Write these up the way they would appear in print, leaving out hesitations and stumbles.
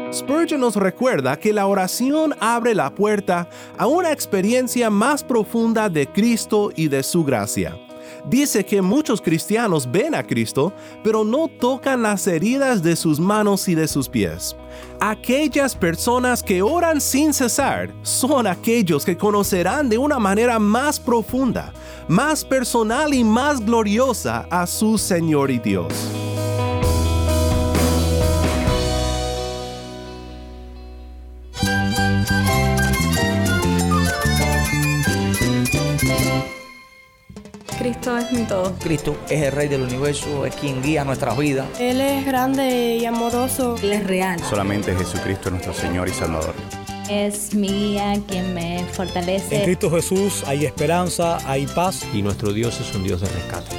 Spurgeon nos recuerda que la oración abre la puerta a una experiencia más profunda de Cristo y de su gracia. Dice que muchos cristianos ven a Cristo, pero no tocan las heridas de sus manos y de sus pies. Aquellas personas que oran sin cesar son aquellos que conocerán de una manera más profunda, más personal y más gloriosa a su Señor y Dios. Cristo es mi todo. Cristo es el Rey del universo, es quien guía nuestras vidas. Él es grande y amoroso. Él es real. Solamente Jesucristo es nuestro Señor y Salvador. Es mi guía quien me fortalece. En Cristo Jesús hay esperanza, hay paz. Y nuestro Dios es un Dios de rescate.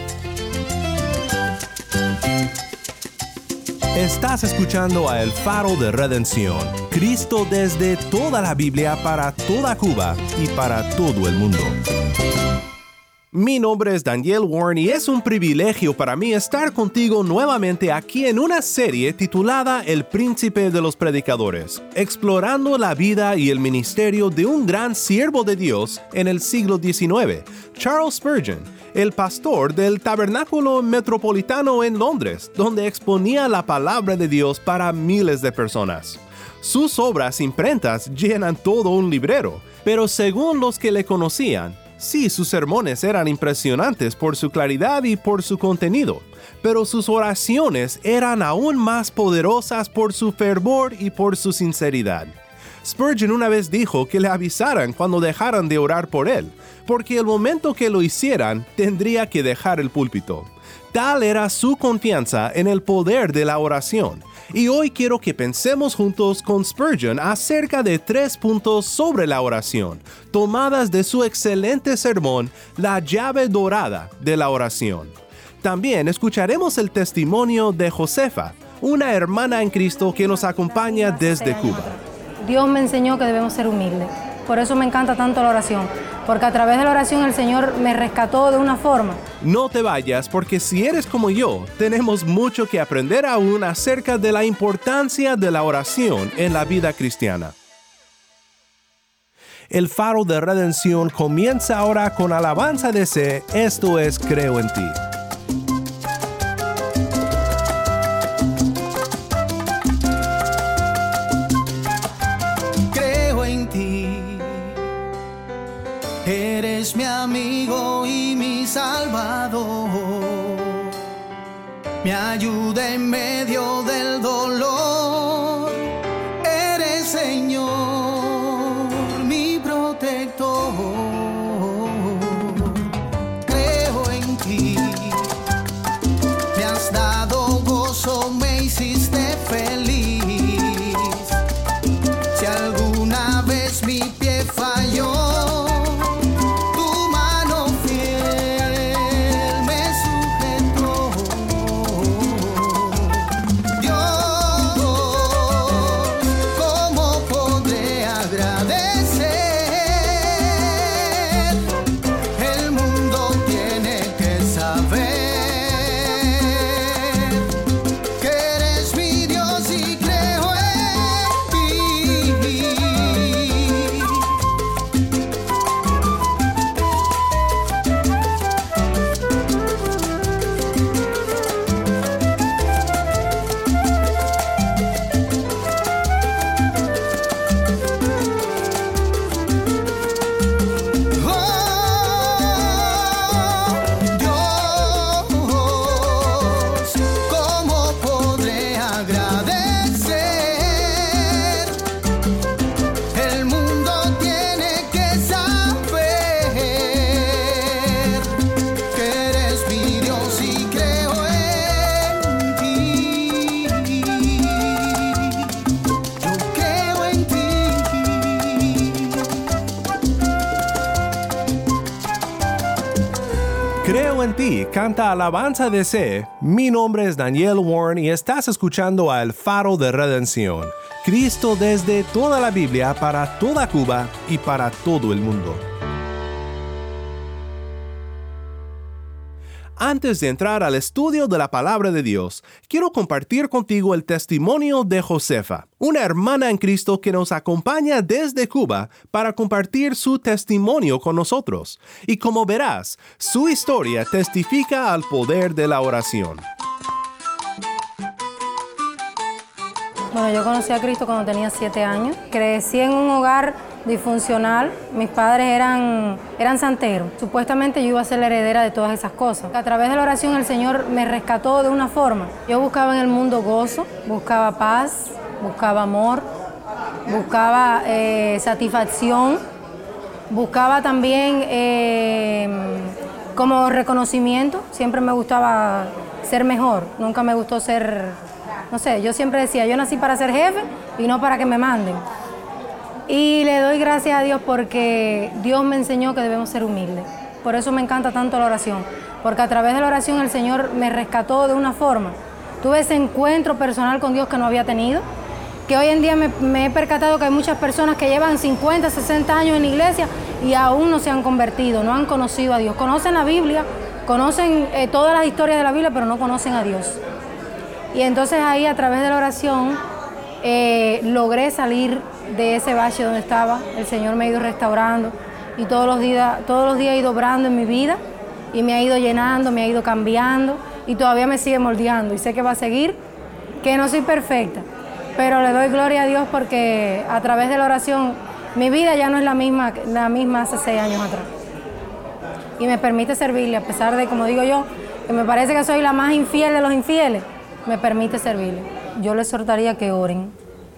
Estás escuchando a El Faro de Redención, Cristo desde toda la Biblia para toda Cuba y para todo el mundo. Mi nombre es Daniel Warren y es un privilegio para mí estar contigo nuevamente aquí en una serie titulada El Príncipe de los Predicadores, explorando la vida y el ministerio de un gran siervo de Dios en el siglo XIX, Charles Spurgeon, el pastor del Tabernáculo Metropolitano en Londres, donde exponía la palabra de Dios para miles de personas. Sus obras impresas llenan todo un librero, pero según los que le conocían, sí, sus sermones eran impresionantes por su claridad y por su contenido, pero sus oraciones eran aún más poderosas por su fervor y por su sinceridad. Spurgeon una vez dijo que le avisaran cuando dejaran de orar por él, porque el momento que lo hicieran tendría que dejar el púlpito. Tal era su confianza en el poder de la oración. Y hoy quiero que pensemos juntos con Spurgeon acerca de 3 puntos sobre la oración, tomadas de su excelente sermón, La llave dorada de la oración. También escucharemos el testimonio de Josefa, una hermana en Cristo que nos acompaña desde Cuba. Dios me enseñó que debemos ser humildes. Por eso me encanta tanto la oración, porque a través de la oración el Señor me rescató de una forma. No te vayas, porque si eres como yo, tenemos mucho que aprender aún acerca de la importancia de la oración en la vida cristiana. El Faro de Redención comienza ahora con alabanza de C, esto es Creo en ti. Eres mi amigo y mi salvador, mi ayuda en medio del dolor. Eres, Señor, mi protector. Creo en ti, me has dado gozo, me hiciste feliz. Si alguna vez mi pie falló, Creo en ti, canta alabanza de C. Mi nombre es Daniel Warren y estás escuchando a El Faro de Redención. Cristo desde toda la Biblia para toda Cuba y para todo el mundo. Antes de entrar al estudio de la palabra de Dios, quiero compartir contigo el testimonio de Josefa, una hermana en Cristo que nos acompaña desde Cuba para compartir su testimonio con nosotros. Y como verás, su historia testifica al poder de la oración. Bueno, yo conocí a Cristo cuando tenía 7 años. Crecí en un hogar disfuncional. Mis padres eran santeros. Supuestamente yo iba a ser la heredera de todas esas cosas. A través de la oración el Señor me rescató de una forma. Yo buscaba en el mundo gozo, buscaba paz, buscaba amor, buscaba satisfacción, buscaba también como reconocimiento. Siempre me gustaba ser mejor, nunca me gustó ser... No sé, yo siempre decía, yo nací para ser jefe y no para que me manden. Y le doy gracias a Dios porque Dios me enseñó que debemos ser humildes. Por eso me encanta tanto la oración, porque a través de la oración el Señor me rescató de una forma. Tuve ese encuentro personal con Dios que no había tenido, que hoy en día me he percatado que hay muchas personas que llevan 50, 60 años en la iglesia y aún no se han convertido, no han conocido a Dios. Conocen la Biblia, conocen todas las historias de la Biblia, pero no conocen a Dios. Y entonces ahí a través de la oración logré salir de ese bache donde estaba. El Señor me ha ido restaurando y todos los días he ido obrando en mi vida y me ha ido llenando, me ha ido cambiando y todavía me sigue moldeando y sé que va a seguir, que no soy perfecta, pero le doy gloria a Dios porque a través de la oración mi vida ya no es la misma hace 6 años atrás y me permite servirle a pesar de, como digo yo, que me parece que soy la más infiel de los infieles. Me permite servirle. Yo les exhortaría que oren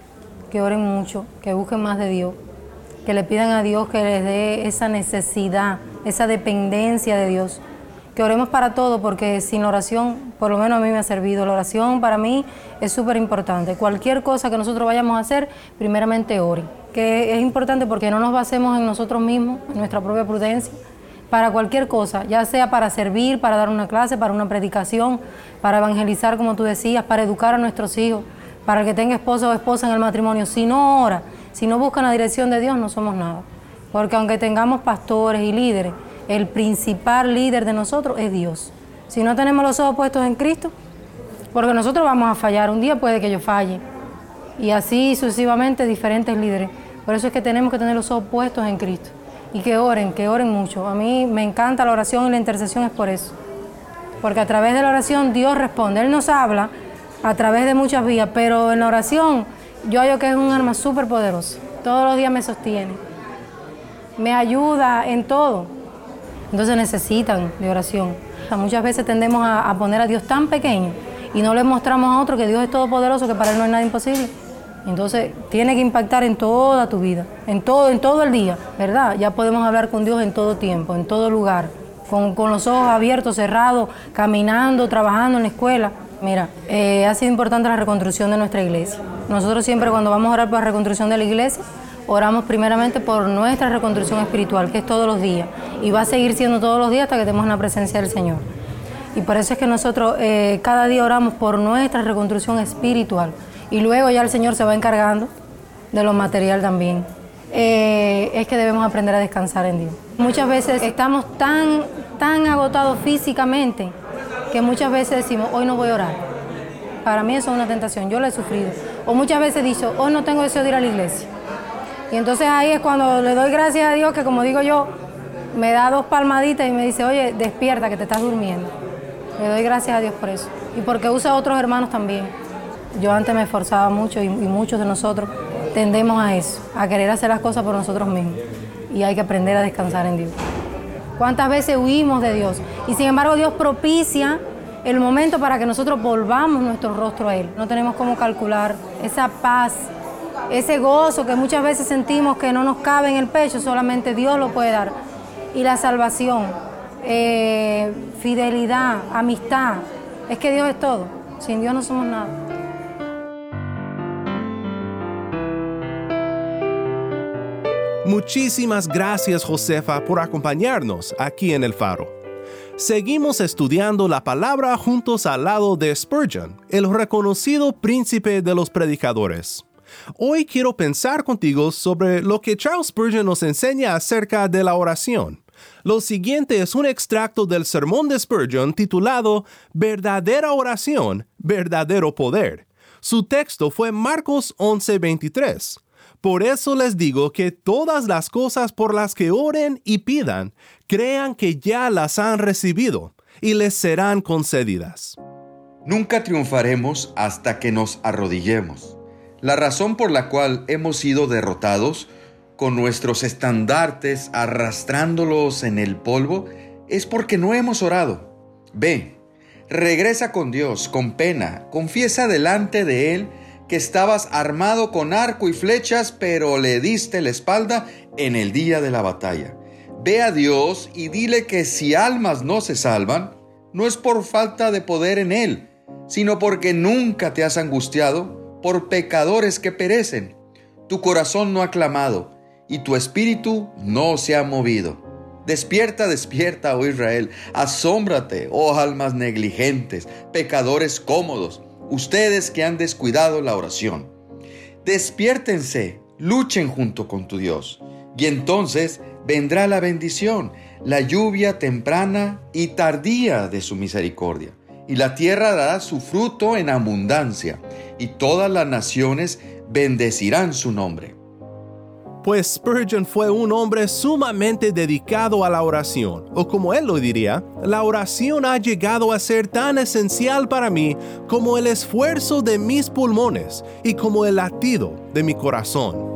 mucho, que busquen más de Dios, que le pidan a Dios que les dé esa necesidad, esa dependencia de Dios, que oremos para todo, porque sin la oración, por lo menos a mí me ha servido. La oración para mí es súper importante. Cualquier cosa que nosotros vayamos a hacer, primeramente oren, que es importante porque no nos basemos en nosotros mismos, en nuestra propia prudencia, para cualquier cosa, ya sea para servir, para dar una clase, para una predicación, para evangelizar, como tú decías, para educar a nuestros hijos, para el que tenga esposo o esposa en el matrimonio. Si no ora, si no busca la dirección de Dios, no somos nada. Porque aunque tengamos pastores y líderes, el principal líder de nosotros es Dios. Si no tenemos los ojos puestos en Cristo, porque nosotros vamos a fallar, un día puede que yo falle, y así sucesivamente diferentes líderes. Por eso es que tenemos que tener los ojos puestos en Cristo. Y que oren mucho. A mí me encanta la oración y la intercesión es por eso. Porque a través de la oración Dios responde. Él nos habla a través de muchas vías, pero en la oración yo hallo que es un arma súper poderosa. Todos los días me sostiene. Me ayuda en todo. Entonces necesitan de oración. Muchas veces tendemos a poner a Dios tan pequeño y no le mostramos a otro que Dios es todopoderoso, que para Él no hay nada imposible. Entonces, tiene que impactar en toda tu vida, en todo el día, ¿verdad? Ya podemos hablar con Dios en todo tiempo, en todo lugar, con los ojos abiertos, cerrados, caminando, trabajando en la escuela. Mira, ha sido importante la reconstrucción de nuestra iglesia. Nosotros siempre cuando vamos a orar por la reconstrucción de la iglesia, oramos primeramente por nuestra reconstrucción espiritual, que es todos los días, y va a seguir siendo todos los días hasta que tengamos la presencia del Señor. Y por eso es que nosotros cada día oramos por nuestra reconstrucción espiritual. Y luego ya el Señor se va encargando de lo material también. Es que debemos aprender a descansar en Dios. Muchas veces estamos tan agotados físicamente que muchas veces decimos, hoy no voy a orar. Para mí eso es una tentación, yo lo he sufrido. O muchas veces he dicho, hoy no tengo deseo de ir a la iglesia. Y entonces ahí es cuando le doy gracias a Dios que, como digo yo, me da 2 palmaditas y me dice, oye, despierta que te estás durmiendo. Le doy gracias a Dios por eso. Y porque usa a otros hermanos también. Yo antes me esforzaba mucho y muchos de nosotros tendemos a eso, a querer hacer las cosas por nosotros mismos. Y hay que aprender a descansar en Dios. ¿Cuántas veces huimos de Dios? Y sin embargo Dios propicia el momento para que nosotros volvamos nuestro rostro a Él. No tenemos cómo calcular esa paz, ese gozo que muchas veces sentimos que no nos cabe en el pecho, solamente Dios lo puede dar. Y la salvación, fidelidad, amistad. Es que Dios es todo. Sin Dios no somos nada. Muchísimas gracias, Josefa, por acompañarnos aquí en El Faro. Seguimos estudiando la palabra juntos al lado de Spurgeon, el reconocido príncipe de los predicadores. Hoy quiero pensar contigo sobre lo que Charles Spurgeon nos enseña acerca de la oración, Lo siguiente es un extracto del sermón de Spurgeon titulado Verdadera oración, verdadero poder. Su texto fue Marcos 11:23. Por eso les digo que todas las cosas por las que oren y pidan, crean que ya las han recibido y les serán concedidas. Nunca triunfaremos hasta que nos arrodillemos. La razón por la cual hemos sido derrotados, con nuestros estandartes arrastrándolos en el polvo, es porque no hemos orado. Ve, regresa con Dios, con pena, confiesa delante de Él que estabas armado con arco y flechas, pero le diste la espalda en el día de la batalla. Ve a Dios y dile que si almas no se salvan, no es por falta de poder en Él, sino porque nunca te has angustiado por pecadores que perecen. Tu corazón no ha clamado y tu espíritu no se ha movido. Despierta, despierta, oh Israel, asómbrate, oh almas negligentes, pecadores cómodos, ustedes que han descuidado la oración. Despiértense, luchen junto con tu Dios, y entonces vendrá la bendición, la lluvia temprana y tardía de su misericordia, y la tierra dará su fruto en abundancia, y todas las naciones bendecirán su nombre. Pues Spurgeon fue un hombre sumamente dedicado a la oración, o como él lo diría, la oración ha llegado a ser tan esencial para mí como el esfuerzo de mis pulmones y como el latido de mi corazón.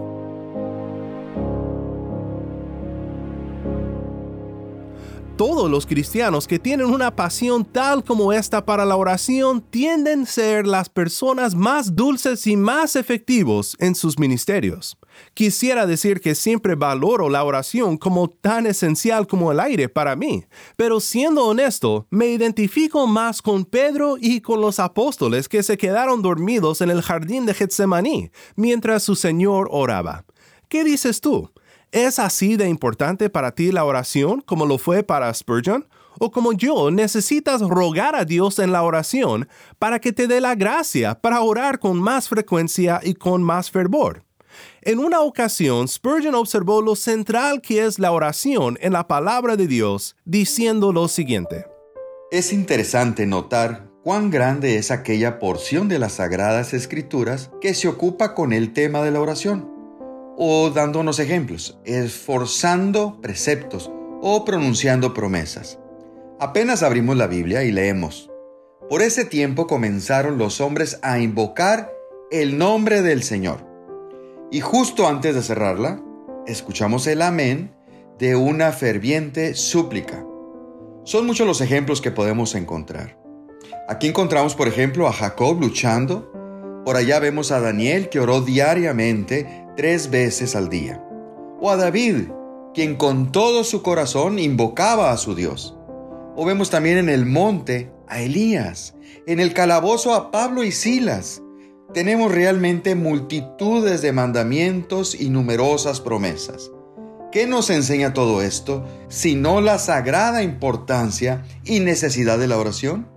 Todos los cristianos que tienen una pasión tal como esta para la oración tienden a ser las personas más dulces y más efectivos en sus ministerios. Quisiera decir que siempre valoro la oración como tan esencial como el aire para mí, pero siendo honesto, me identifico más con Pedro y con los apóstoles que se quedaron dormidos en el jardín de Getsemaní mientras su Señor oraba. ¿Qué dices tú? ¿Es así de importante para ti la oración como lo fue para Spurgeon? ¿O como yo necesitas rogar a Dios en la oración para que te dé la gracia para orar con más frecuencia y con más fervor? En una ocasión, Spurgeon observó lo central que es la oración en la palabra de Dios, diciendo lo siguiente. Es interesante notar cuán grande es aquella porción de las Sagradas Escrituras que se ocupa con el tema de la oración, o dándonos ejemplos, esforzando preceptos o pronunciando promesas. Apenas abrimos la Biblia y leemos. Por ese tiempo comenzaron los hombres a invocar el nombre del Señor. Y justo antes de cerrarla, escuchamos el amén de una ferviente súplica. Son muchos los ejemplos que podemos encontrar. Aquí encontramos, por ejemplo, a Jacob luchando. Por allá vemos a Daniel que oró diariamente 3 veces al día. O a David, quien con todo su corazón invocaba a su Dios. O vemos también en el monte a Elías, en el calabozo a Pablo y Silas. Tenemos realmente multitudes de mandamientos y numerosas promesas. ¿Qué nos enseña todo esto, sino la sagrada importancia y necesidad de la oración?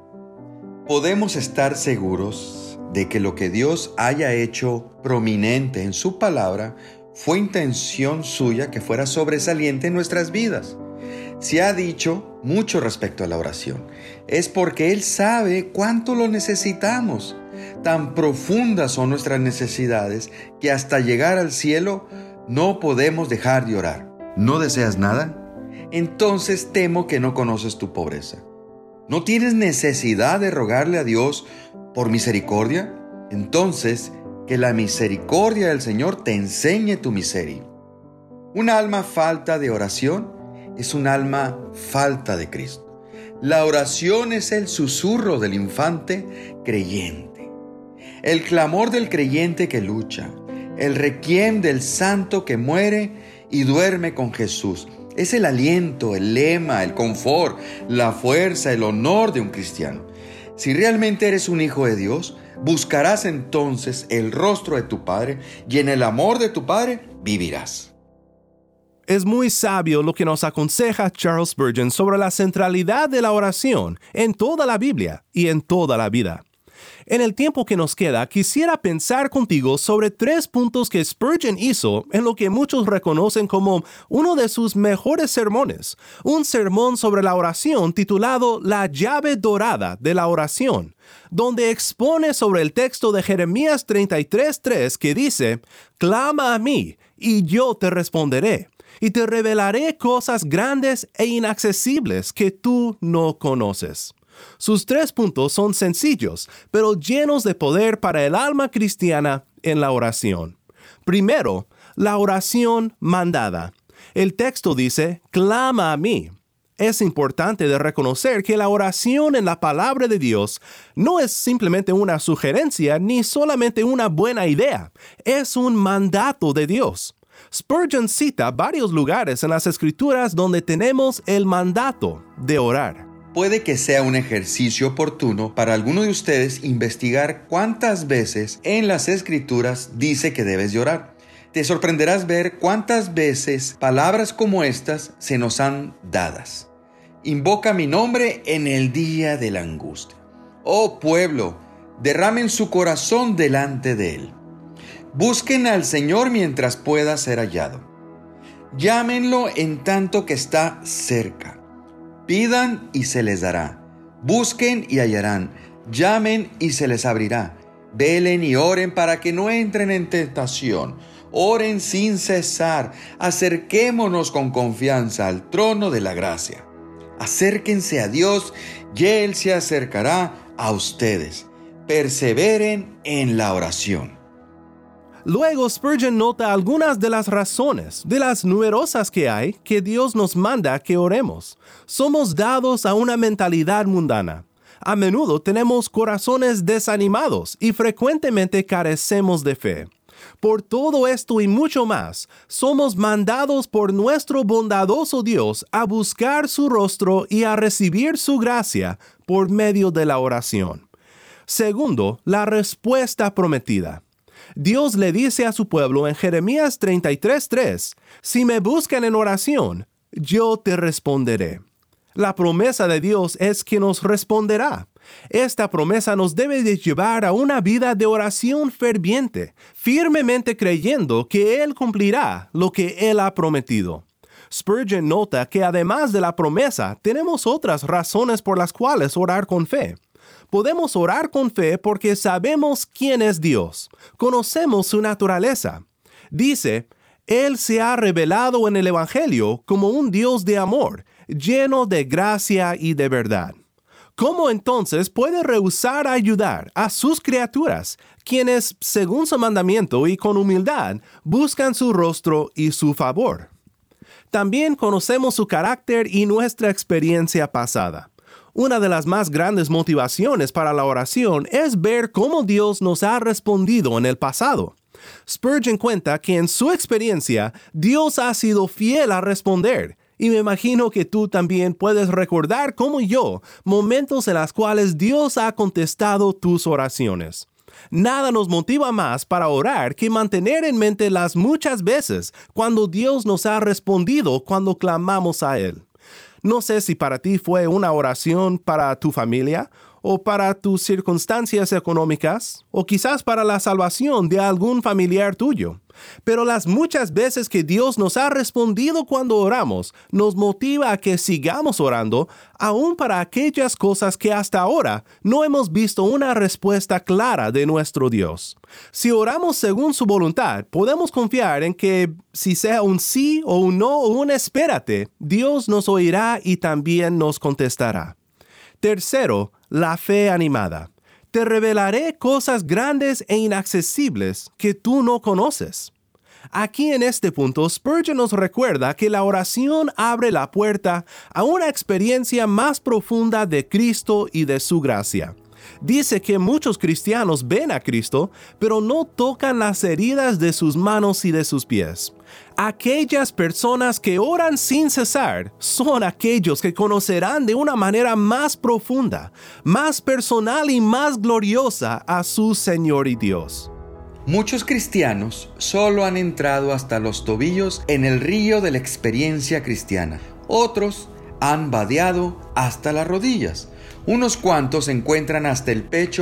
Podemos estar seguros de que lo que Dios haya hecho prominente en su palabra fue intención suya que fuera sobresaliente en nuestras vidas. Se ha dicho mucho respecto a la oración. Es porque Él sabe cuánto lo necesitamos. Tan profundas son nuestras necesidades que hasta llegar al cielo no podemos dejar de orar. ¿No deseas nada? Entonces temo que no conoces tu pobreza. ¿No tienes necesidad de rogarle a Dios por misericordia? Entonces, que la misericordia del Señor te enseñe tu miseria. Un alma falta de oración es un alma falta de Cristo. La oración es el susurro del infante creyente, el clamor del creyente que lucha, el requiem del santo que muere y duerme con Jesús. Es el aliento, el lema, el confort, la fuerza, el honor de un cristiano. Si realmente eres un hijo de Dios, buscarás entonces el rostro de tu Padre y en el amor de tu Padre vivirás. Es muy sabio lo que nos aconseja Charles Spurgeon sobre la centralidad de la oración en toda la Biblia y en toda la vida. En el tiempo que nos queda, quisiera pensar contigo sobre 3 puntos que Spurgeon hizo en lo que muchos reconocen como uno de sus mejores sermones, un sermón sobre la oración titulado La llave dorada de la oración, donde expone sobre el texto de Jeremías 33:3 que dice: «Clama a mí, y yo te responderé, y te revelaré cosas grandes e inaccesibles que tú no conoces». Sus 3 puntos son sencillos, pero llenos de poder para el alma cristiana en la oración. Primero, la oración mandada. El texto dice, «Clama a mí». Es importante de reconocer que la oración en la palabra de Dios no es simplemente una sugerencia ni solamente una buena idea, es un mandato de Dios. Spurgeon cita varios lugares en las Escrituras donde tenemos el mandato de orar. Puede que sea un ejercicio oportuno para alguno de ustedes investigar cuántas veces en las Escrituras dice que debes de orar. Te sorprenderás ver cuántas veces palabras como estas se nos han dadas. Invoca mi nombre en el día de la angustia. Oh pueblo, derramen su corazón delante de él. Busquen al Señor mientras pueda ser hallado. Llámenlo en tanto que está cerca. Pidan y se les dará. Busquen y hallarán. Llamen y se les abrirá. Velen y oren para que no entren en tentación. Oren sin cesar. Acerquémonos con confianza al trono de la gracia. Acérquense a Dios y Él se acercará a ustedes. Perseveren en la oración. Luego Spurgeon nota algunas de las razones, de las numerosas que hay, que Dios nos manda que oremos. Somos dados a una mentalidad mundana. A menudo tenemos corazones desanimados y frecuentemente carecemos de fe. Por todo esto y mucho más, somos mandados por nuestro bondadoso Dios a buscar su rostro y a recibir su gracia por medio de la oración. Segundo, la respuesta prometida. Dios le dice a su pueblo en Jeremías 33:3, «Si me buscan en oración, yo te responderé». La promesa de Dios es que nos responderá. Esta promesa nos debe de llevar a una vida de oración ferviente, firmemente creyendo que Él cumplirá lo que Él ha prometido. Spurgeon nota que además de la promesa, tenemos otras razones por las cuales orar con fe. Podemos orar con fe porque sabemos quién es Dios, conocemos su naturaleza. Dice, Él se ha revelado en el Evangelio como un Dios de amor, lleno de gracia y de verdad. ¿Cómo entonces puede rehusar ayudar a sus criaturas, quienes, según su mandamiento y con humildad, buscan su rostro y su favor? También conocemos su carácter y nuestra experiencia pasada. Una de las más grandes motivaciones para la oración es ver cómo Dios nos ha respondido en el pasado. Spurgeon cuenta que en su experiencia, Dios ha sido fiel a responder, y me imagino que tú también puedes recordar como yo momentos en los cuales Dios ha contestado tus oraciones. Nada nos motiva más para orar que mantener en mente las muchas veces cuando Dios nos ha respondido cuando clamamos a Él. No sé si para ti fue una oración para tu familia o para tus circunstancias económicas o quizás para la salvación de algún familiar tuyo. Pero las muchas veces que Dios nos ha respondido cuando oramos nos motiva a que sigamos orando aún para aquellas cosas que hasta ahora no hemos visto una respuesta clara de nuestro Dios. Si oramos según su voluntad, podemos confiar en que si sea un sí o un no o un espérate, Dios nos oirá y también nos contestará. Tercero, la fe animada. Te revelaré cosas grandes e inaccesibles que tú no conoces. Aquí en este punto, Spurgeon nos recuerda que la oración abre la puerta a una experiencia más profunda de Cristo y de su gracia. Dice que muchos cristianos ven a Cristo, pero no tocan las heridas de sus manos y de sus pies. Aquellas personas que oran sin cesar son aquellos que conocerán de una manera más profunda, más personal y más gloriosa a su Señor y Dios. Muchos cristianos solo han entrado hasta los tobillos en el río de la experiencia cristiana. Otros han vadeado hasta las rodillas. Unos cuantos se encuentran hasta el pecho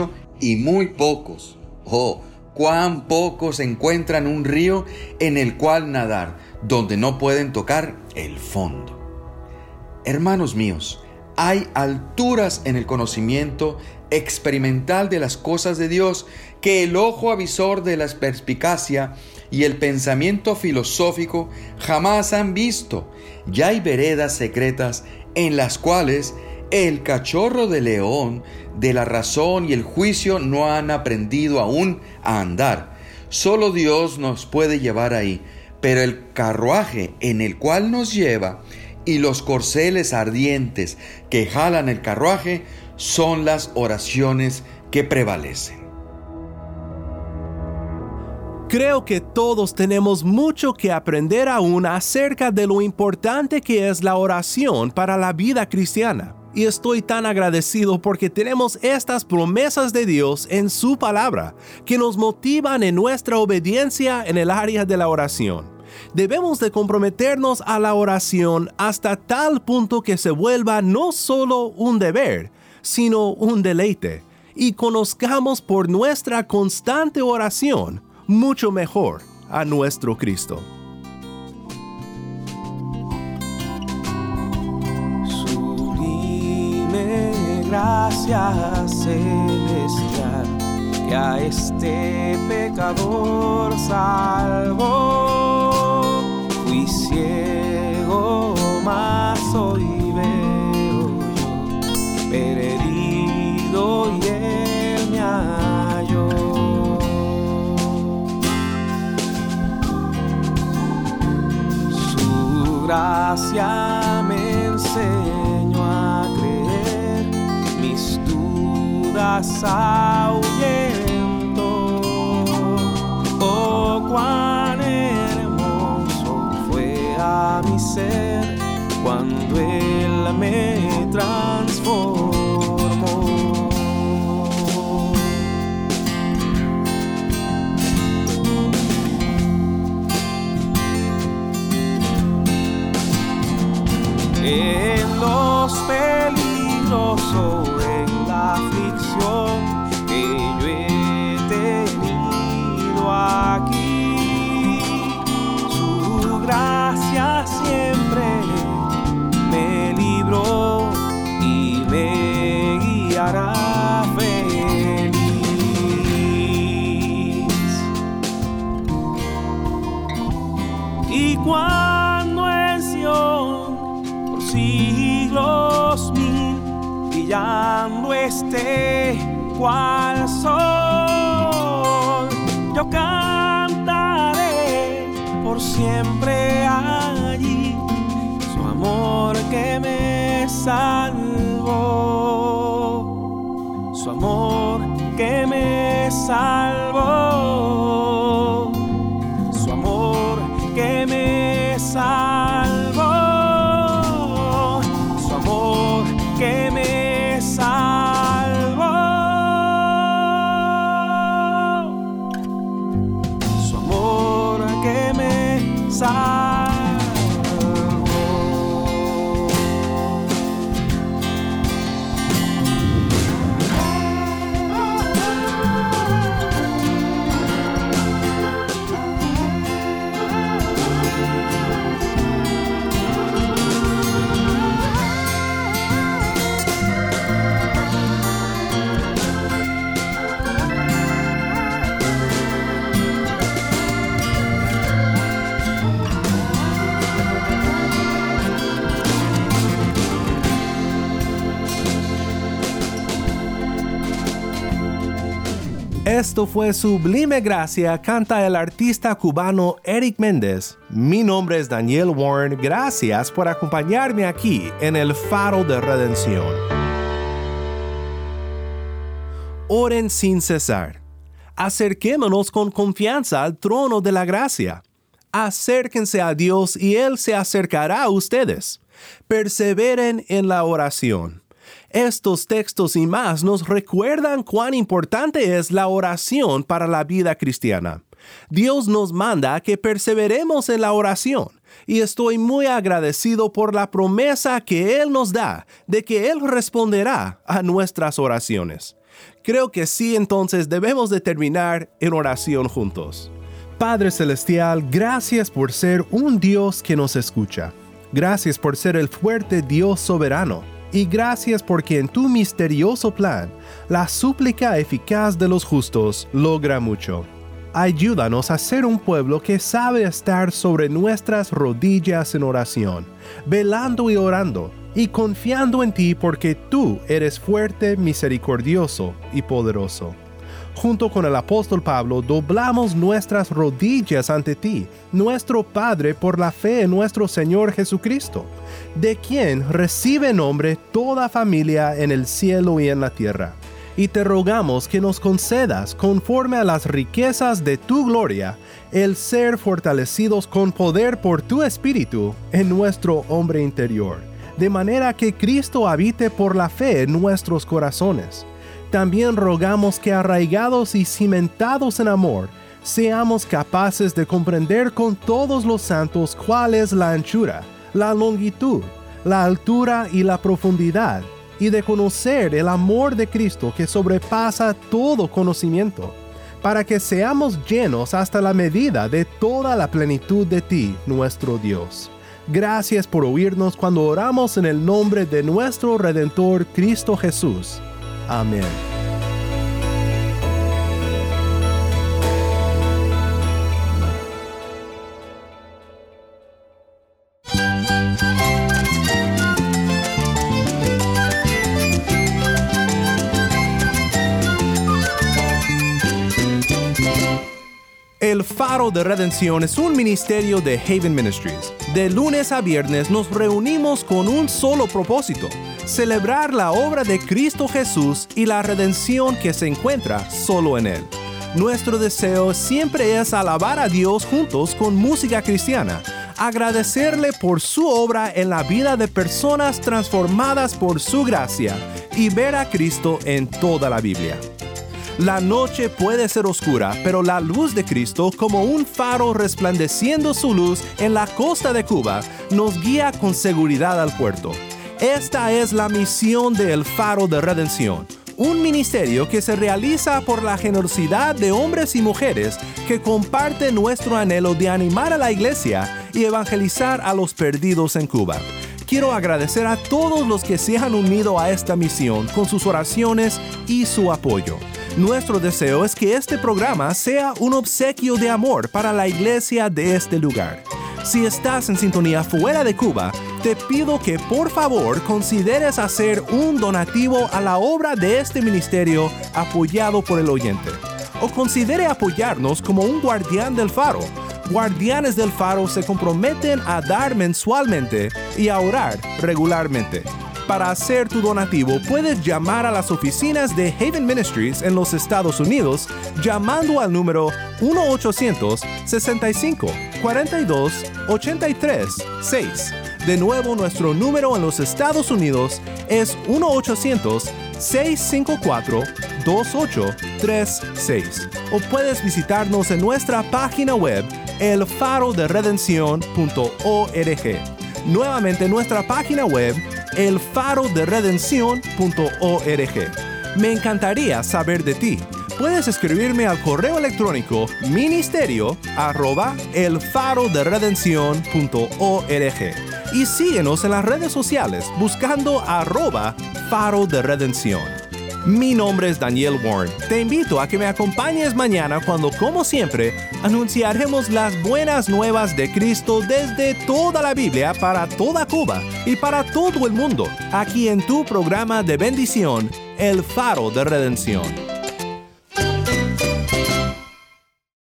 y muy pocos, cuán pocos encuentran un río en el cual nadar, donde no pueden tocar el fondo. Hermanos míos, hay alturas en el conocimiento experimental de las cosas de Dios que el ojo avisor de la perspicacia y el pensamiento filosófico jamás han visto. Ya hay veredas secretas en las cuales el cachorro de león de la razón y el juicio no han aprendido aún a andar. Solo Dios nos puede llevar ahí, pero el carruaje en el cual nos lleva y los corceles ardientes que jalan el carruaje son las oraciones que prevalecen. Creo que todos tenemos mucho que aprender aún acerca de lo importante que es la oración para la vida cristiana. Y estoy tan agradecido porque tenemos estas promesas de Dios en su palabra que nos motivan en nuestra obediencia en el área de la oración. Debemos de comprometernos a la oración hasta tal punto que se vuelva no solo un deber, sino un deleite, y conozcamos por nuestra constante oración mucho mejor a nuestro Cristo. Sublime gracia celestial que a este pecador salvó. Fui ciego, mas hoy veo yo, perdido y él me halló. Su gracia me enseñó a creer, mis dudas ahuyentó. Oh, cuán hermoso fue a mi ser cuando él me transformó. En los peligros o en la aflicción que yo he tenido aquí, su gracia siempre me libró y me guiará feliz. Y cuando en Sion siglos mil brillando esté cual sol, yo cantaré por siempre allí su amor que me salvó, su amor que me salvó, su amor que me salvó, que me salvó, su amor que me salvó. Esto fue Sublime Gracia, canta el artista cubano Eric Méndez. Mi nombre es Daniel Warren, gracias por acompañarme aquí en el Faro de Redención. Oren sin cesar. Acerquémonos con confianza al trono de la gracia. Acérquense a Dios y Él se acercará a ustedes. Perseveren en la oración. Estos textos y más nos recuerdan cuán importante es la oración para la vida cristiana. Dios nos manda que perseveremos en la oración, y estoy muy agradecido por la promesa que Él nos da de que Él responderá a nuestras oraciones. Creo que sí, entonces debemos de terminar en oración juntos. Padre Celestial, gracias por ser un Dios que nos escucha. Gracias por ser el fuerte Dios soberano. Y gracias porque en tu misterioso plan, la súplica eficaz de los justos logra mucho. Ayúdanos a ser un pueblo que sabe estar sobre nuestras rodillas en oración, velando y orando, y confiando en ti porque tú eres fuerte, misericordioso y poderoso. Junto con el apóstol Pablo, doblamos nuestras rodillas ante ti, nuestro Padre, por la fe en nuestro Señor Jesucristo, de quien recibe nombre toda familia en el cielo y en la tierra. Y te rogamos que nos concedas, conforme a las riquezas de tu gloria, el ser fortalecidos con poder por tu Espíritu en nuestro hombre interior, de manera que Cristo habite por la fe en nuestros corazones. También rogamos que arraigados y cimentados en amor, seamos capaces de comprender con todos los santos cuál es la anchura, la longitud, la altura y la profundidad, y de conocer el amor de Cristo que sobrepasa todo conocimiento, para que seamos llenos hasta la medida de toda la plenitud de ti, nuestro Dios. Gracias por oírnos cuando oramos en el nombre de nuestro Redentor Cristo Jesús. Amén. El Faro de Redención es un ministerio de Haven Ministries. De lunes a viernes nos reunimos con un solo propósito: celebrar la obra de Cristo Jesús y la redención que se encuentra solo en Él. Nuestro deseo siempre es alabar a Dios juntos con música cristiana, agradecerle por su obra en la vida de personas transformadas por su gracia y ver a Cristo en toda la Biblia. La noche puede ser oscura, pero la luz de Cristo, como un faro resplandeciendo su luz en la costa de Cuba, nos guía con seguridad al puerto. Esta es la misión del Faro de Redención, un ministerio que se realiza por la generosidad de hombres y mujeres que comparten nuestro anhelo de animar a la iglesia y evangelizar a los perdidos en Cuba. Quiero agradecer a todos los que se han unido a esta misión con sus oraciones y su apoyo. Nuestro deseo es que este programa sea un obsequio de amor para la iglesia de este lugar. Si estás en sintonía fuera de Cuba, te pido que por favor consideres hacer un donativo a la obra de este ministerio apoyado por el oyente. O considere apoyarnos como un guardián del faro. Guardianes del Faro se comprometen a dar mensualmente y a orar regularmente. Para hacer tu donativo, puedes llamar a las oficinas de Haven Ministries en los Estados Unidos llamando al número 1-800-65-42-83-6. De nuevo, nuestro número en los Estados Unidos es 1-800-654-2836. O puedes visitarnos en nuestra página web, elfaroderedención.org. Nuevamente, nuestra página web, elfaroderedención.org. Me encantaría saber de ti. Puedes escribirme al correo electrónico ministerio@elfaroderedención.org y síguenos en las redes sociales buscando @Faro de Redención. Mi nombre es Daniel Warren. Te invito a que me acompañes mañana cuando, como siempre, anunciaremos las buenas nuevas de Cristo desde toda la Biblia para toda Cuba y para todo el mundo, aquí en tu programa de bendición, El Faro de Redención.